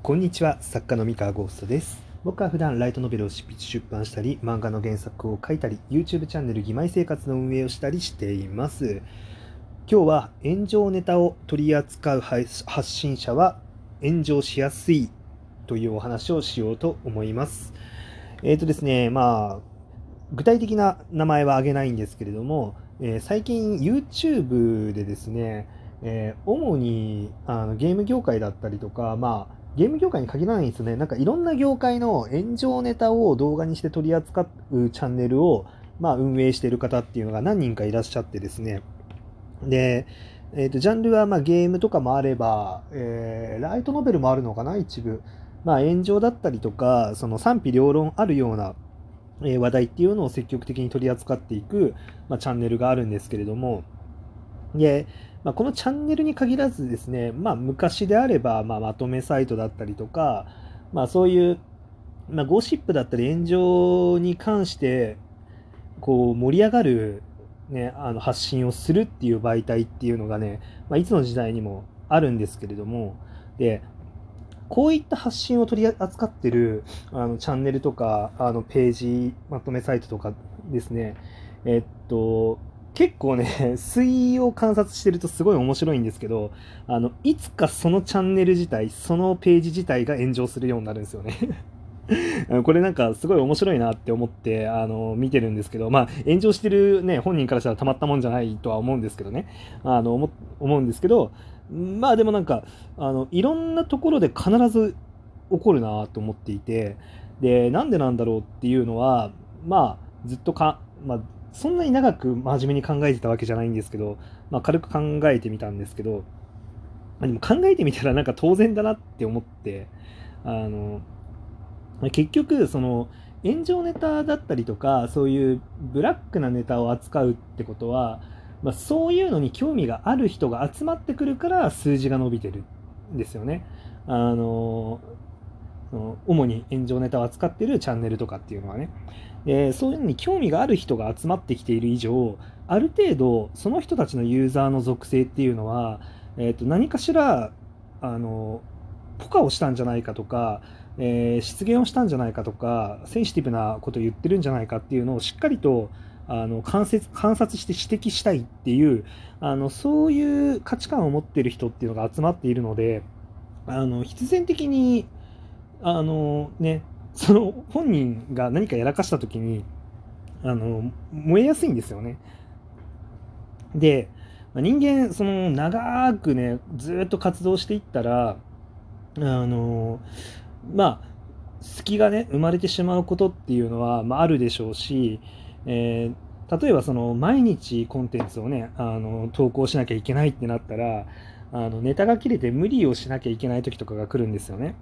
こんにちは、作家の三河ゴーストです。僕は普段ライトノベルを執筆出版したり、漫画の原作を書いたり、YouTube チャンネル義妹生活の運営をしたりしています。今日は炎上ネタを取り扱う発信者は炎上しやすいというお話をしようと思います。ですね、具体的な名前は挙げないんですけれども、最近 YouTube でですね、主にゲーム業界だったりとか、ゲーム業界に限らないんですよね。なんかいろんな業界の炎上ネタを動画にして取り扱うチャンネルを、運営している方っていうのが何人かいらっしゃってですね。で、ジャンルはゲームとかもあれば、ライトノベルもあるのかな、一部。炎上だったりとか、その賛否両論あるような話題っていうのを積極的に取り扱っていく、チャンネルがあるんですけれども、で、このチャンネルに限らずですね、昔であれば、まとめサイトだったりとか、そういう、ゴシップだったり炎上に関してこう盛り上がる、ね、発信をするっていう媒体っていうのがね、いつの時代にもあるんですけれども、でこういった発信を取り扱ってるチャンネルとかページまとめサイトとかですね、えっと結構ね推移を観察してるとすごい面白いんですけど、いつかそのチャンネル自体、そのページ自体が炎上するようになるんですよね。これなんかすごい面白いなって思って見てるんですけど、炎上してるね本人からしたらたまったもんじゃないとは思うんですけどね、思うんですけど、でもなんかいろんなところで必ず起こるなと思っていて、でなんでなんだろうっていうのは、ずっとそんなに長く真面目に考えてたわけじゃないんですけど、軽く考えてみたんですけど、でも考えてみたらなんか当然だなって思って、あの結局その炎上ネタだったりとかそういうブラックなネタを扱うってことは、そういうのに興味がある人が集まってくるから数字が伸びてるんですよね。あのその主に炎上ネタを扱ってるチャンネルとかっていうのはね、そういうのに興味がある人が集まってきている以上、ある程度その人たちのユーザーの属性っていうのは、何かしらポカをしたんじゃないかとか、失言をしたんじゃないかとか、センシティブなことを言ってるんじゃないかっていうのをしっかりと観察して指摘したいっていうそういう価値観を持っている人っていうのが集まっているので、必然的にね、その本人が何かやらかした時に燃えやすいんですよね。で、人間その長くねずっと活動していったら隙がね生まれてしまうことっていうのは、あるでしょうし、例えばその毎日コンテンツをね投稿しなきゃいけないってなったらネタが切れて無理をしなきゃいけない時とかが来るんですよね。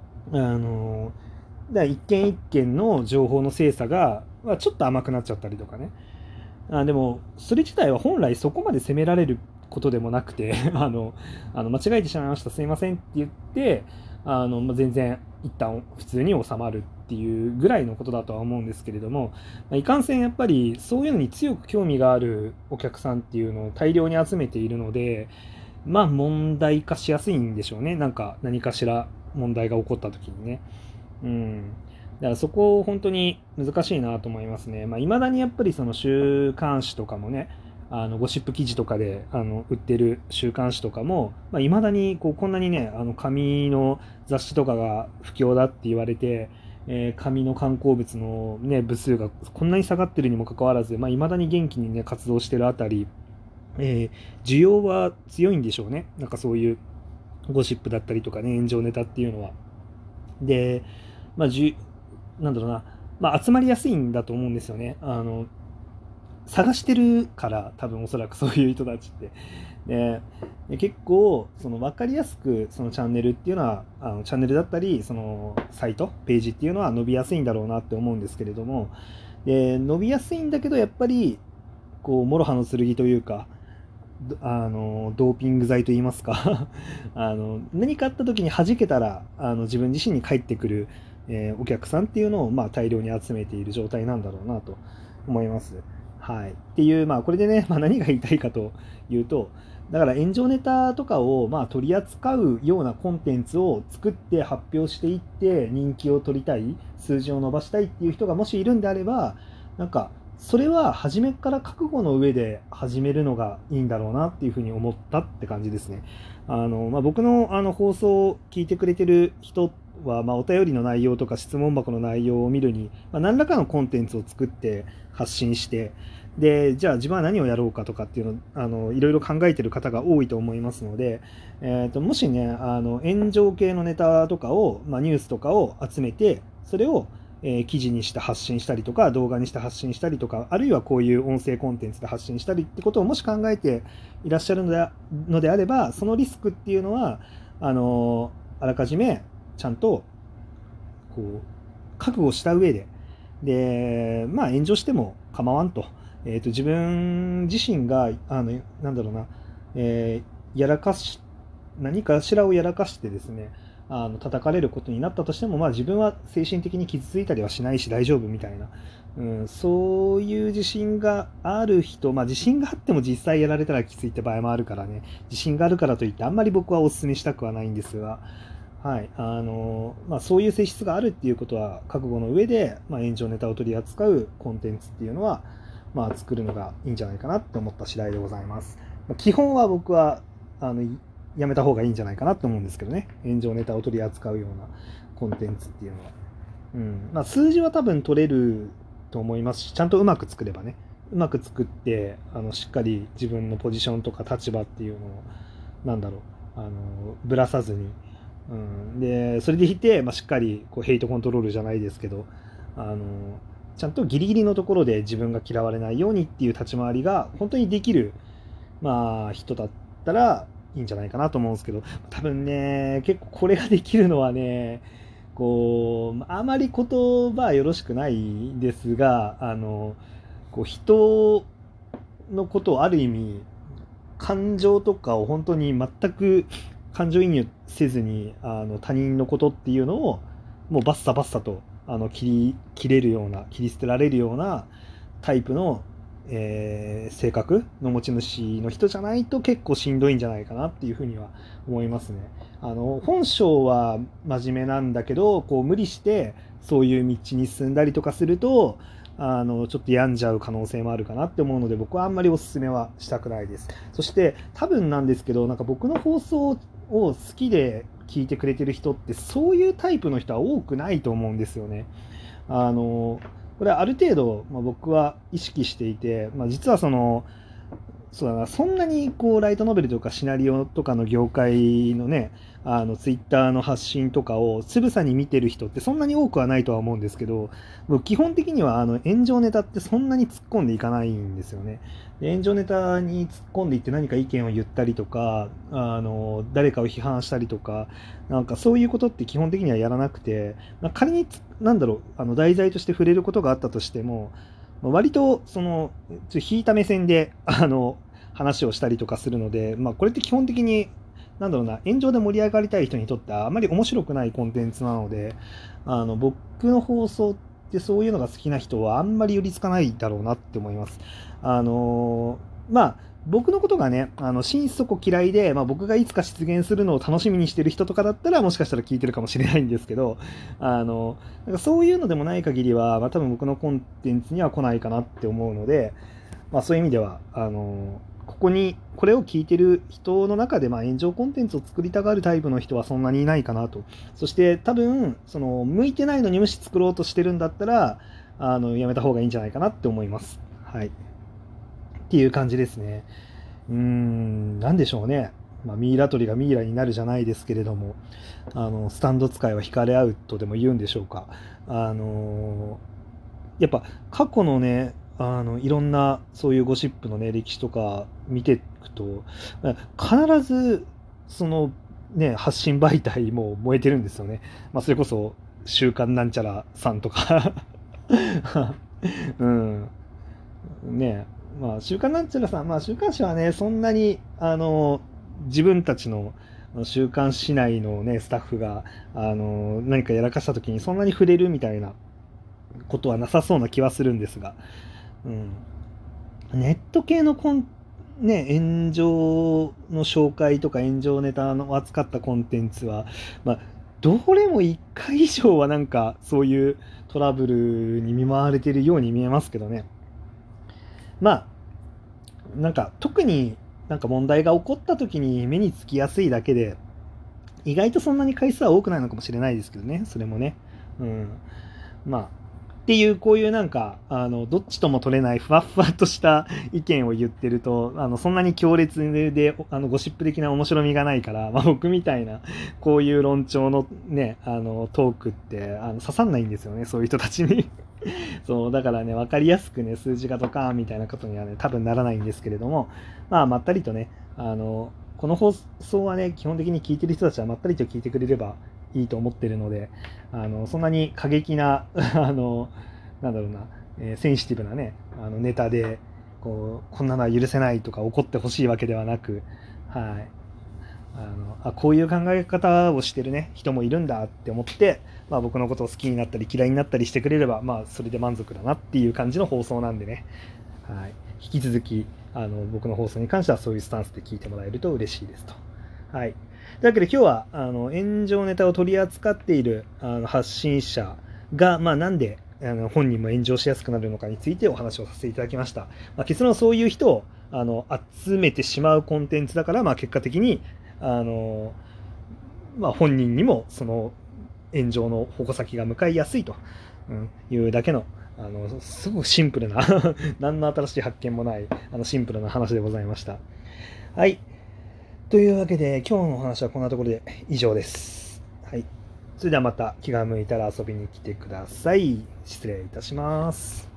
だから一件一件の情報の精査が、ちょっと甘くなっちゃったりとかね。でもそれ自体は本来そこまで責められることでもなくて間違えてしまいましたすいませんって言って全然一旦普通に収まるっていうぐらいのことだとは思うんですけれども、いかんせんやっぱりそういうのに強く興味があるお客さんっていうのを大量に集めているので、問題化しやすいんでしょうね。なんか何かしら問題が起こった時にね。うん。だからそこ本当に難しいなと思いますね。未だにやっぱりその週刊誌とかもね、ゴシップ記事とかで売ってる週刊誌とかも、未だにこんなにね、紙の雑誌とかが不況だって言われて、紙の刊行物のね、部数がこんなに下がってるにもかかわらず、未だに元気にね、活動してるあたり、需要は強いんでしょうね。なんかそういうゴシップだったりとかね、炎上ネタっていうのは。で、まあ、なんだろうな、集まりやすいんだと思うんですよね。探してるから多分おそらくそういう人たちって。で結構その分かりやすくそのチャンネルっていうのはチャンネルだったりそのサイトページっていうのは伸びやすいんだろうなって思うんですけれども、伸びやすいんだけどやっぱりこう諸刃の剣というかドーピング剤といいますか何かあった時に弾けたら自分自身に返ってくる、お客さんっていうのを、大量に集めている状態なんだろうなと思います。はい、っていう、これでね、何が言いたいかというと、 だから炎上ネタとかを取り扱うようなコンテンツを作って発表していって人気を取りたい、数字を伸ばしたいっていう人がもしいるんであれば、それは初めから覚悟の上で始めるのがいいんだろうなっていうふうに思ったって感じですね。僕の放送を聞いてくれてる人は、お便りの内容とか質問箱の内容を見るに、何らかのコンテンツを作って発信して、でじゃあ自分は何をやろうかとかっていうのをいろいろ考えてる方が多いと思いますので、もしね炎上系のネタとかを、ニュースとかを集めて、それを記事にして発信したりとか、動画にして発信したりとか、あるいはこういう音声コンテンツで発信したりってことをもし考えていらっしゃるのであれば、そのリスクっていうのはあらかじめちゃんとこう覚悟した上で、炎上しても構わんと、自分自身がやらかし何かしらをやらかしてですね、叩かれることになったとしても、自分は精神的に傷ついたりはしないし大丈夫みたいな、そういう自信がある人、自信があっても実際やられたらきついって場合もあるからね、自信があるからといってあんまり僕はお勧めしたくはないんですが、はい、そういう性質があるっていうことは覚悟の上で、炎上ネタを取り扱うコンテンツっていうのは、作るのがいいんじゃないかなって思った次第でございます。基本は僕はやめた方がいいんじゃないかなと思うんですけどね、炎上ネタを取り扱うようなコンテンツっていうのは、数字は多分取れると思いますし、ちゃんとうまく作ればね、うまく作ってしっかり自分のポジションとか立場っていうのをぶらさずに、でそれでいて、しっかりヘイトコントロールじゃないですけど、ちゃんとギリギリのところで自分が嫌われないようにっていう立ち回りが本当にできる、人だったらいいんじゃないかなと思うんですけど、多分ね結構これができるのはね、あまり言葉はよろしくないんですが、人のことをある意味感情とかを本当に全く感情移入せずに他人のことっていうのをもうバッサバッサと切れるような、切り捨てられるようなタイプの、性格の持ち主の人じゃないと結構しんどいんじゃないかなっていうふうには思いますね。本性は真面目なんだけど無理してそういう道に進んだりとかするとちょっと病んじゃう可能性もあるかなって思うので、僕はあんまりおすすめはしたくないです。そして多分なんですけど、僕の放送を好きで聞いてくれてる人ってそういうタイプの人は多くないと思うんですよね。これはある程度、僕は意識していて、実はそんなにライトノベルとかシナリオとかの業界のね、ツイッターの発信とかをつぶさに見てる人ってそんなに多くはないとは思うんですけど、僕基本的には炎上ネタってそんなに突っ込んでいかないんですよね。で炎上ネタに突っ込んでいって何か意見を言ったりとか、誰かを批判したりとか、そういうことって基本的にはやらなくて、仮に題材として触れることがあったとしても、割と引いた目線で話をしたりとかするので、これって基本的に炎上で盛り上がりたい人にとってはあまり面白くないコンテンツなので、僕の放送ってそういうのが好きな人はあんまり寄りつかないだろうなって思います。僕のことがね、心底嫌いで、僕がいつか出現するのを楽しみにしてる人とかだったらもしかしたら聞いてるかもしれないんですけど、そういうのでもない限りは、多分僕のコンテンツには来ないかなって思うので、そういう意味ではこれを聞いてる人の中で炎上コンテンツを作りたがるタイプの人はそんなにいないかなと。そして多分向いてないのに無視作ろうとしてるんだったらやめた方がいいんじゃないかなって思います。はい。っていう感じですね。なんでしょうね。ミイラ取りがミイラになるじゃないですけれども、スタンド使いは惹かれ合うとでも言うんでしょうか。やっぱ過去のね、いろんなそういうゴシップのね、歴史とか見ていくと、必ず発信媒体も燃えてるんですよね。それこそ週刊なんちゃらさんとかうんね、週刊なんちゃらさん、週刊誌はね、そんなに自分たちの週刊誌内のねスタッフが何かやらかした時にそんなに触れるみたいなことはなさそうな気はするんですが、ネット系のね、炎上の紹介とか炎上ネタの扱ったコンテンツは、どれも1回以上はなんかそういうトラブルに見舞われているように見えますけどね。なんか特になんか問題が起こった時に目につきやすいだけで、意外とそんなに回数は多くないのかもしれないですけどね、それもね。っていう、こういうなんか、どっちとも取れないふわふわとした意見を言ってると、そんなに強烈で、ゴシップ的な面白みがないから、僕みたいな、こういう論調のね、トークって、刺さんないんですよね、そういう人たちに。そう、だからね、わかりやすくね、数字がドカーンみたいなことにはね、多分ならないんですけれども、まったりとね、この放送はね、基本的に聞いてる人たちはまったりと聞いてくれればいいと思ってるので、そんなに過激ななんだろうな、センシティブなね、ネタでこんなのは許せないとか怒ってほしいわけではなく、はい、こういう考え方をしてるね人もいるんだって思って、僕のことを好きになったり嫌いになったりしてくれれば、それで満足だなっていう感じの放送なんでね、はい、引き続き僕の放送に関してはそういうスタンスで聞いてもらえると嬉しいですと。はい、というわけで今日は炎上ネタを取り扱っている発信者が、なんで本人も炎上しやすくなるのかについてお話をさせていただきました。結論そういう人を集めてしまうコンテンツだから、結果的に本人にもその炎上の矛先が向かいやすいというだけのすごくシンプルな何の新しい発見もないシンプルな話でございました。はい。というわけで今日のお話はこんなところで以上です。はい。それではまた気が向いたら遊びに来てください。失礼いたします。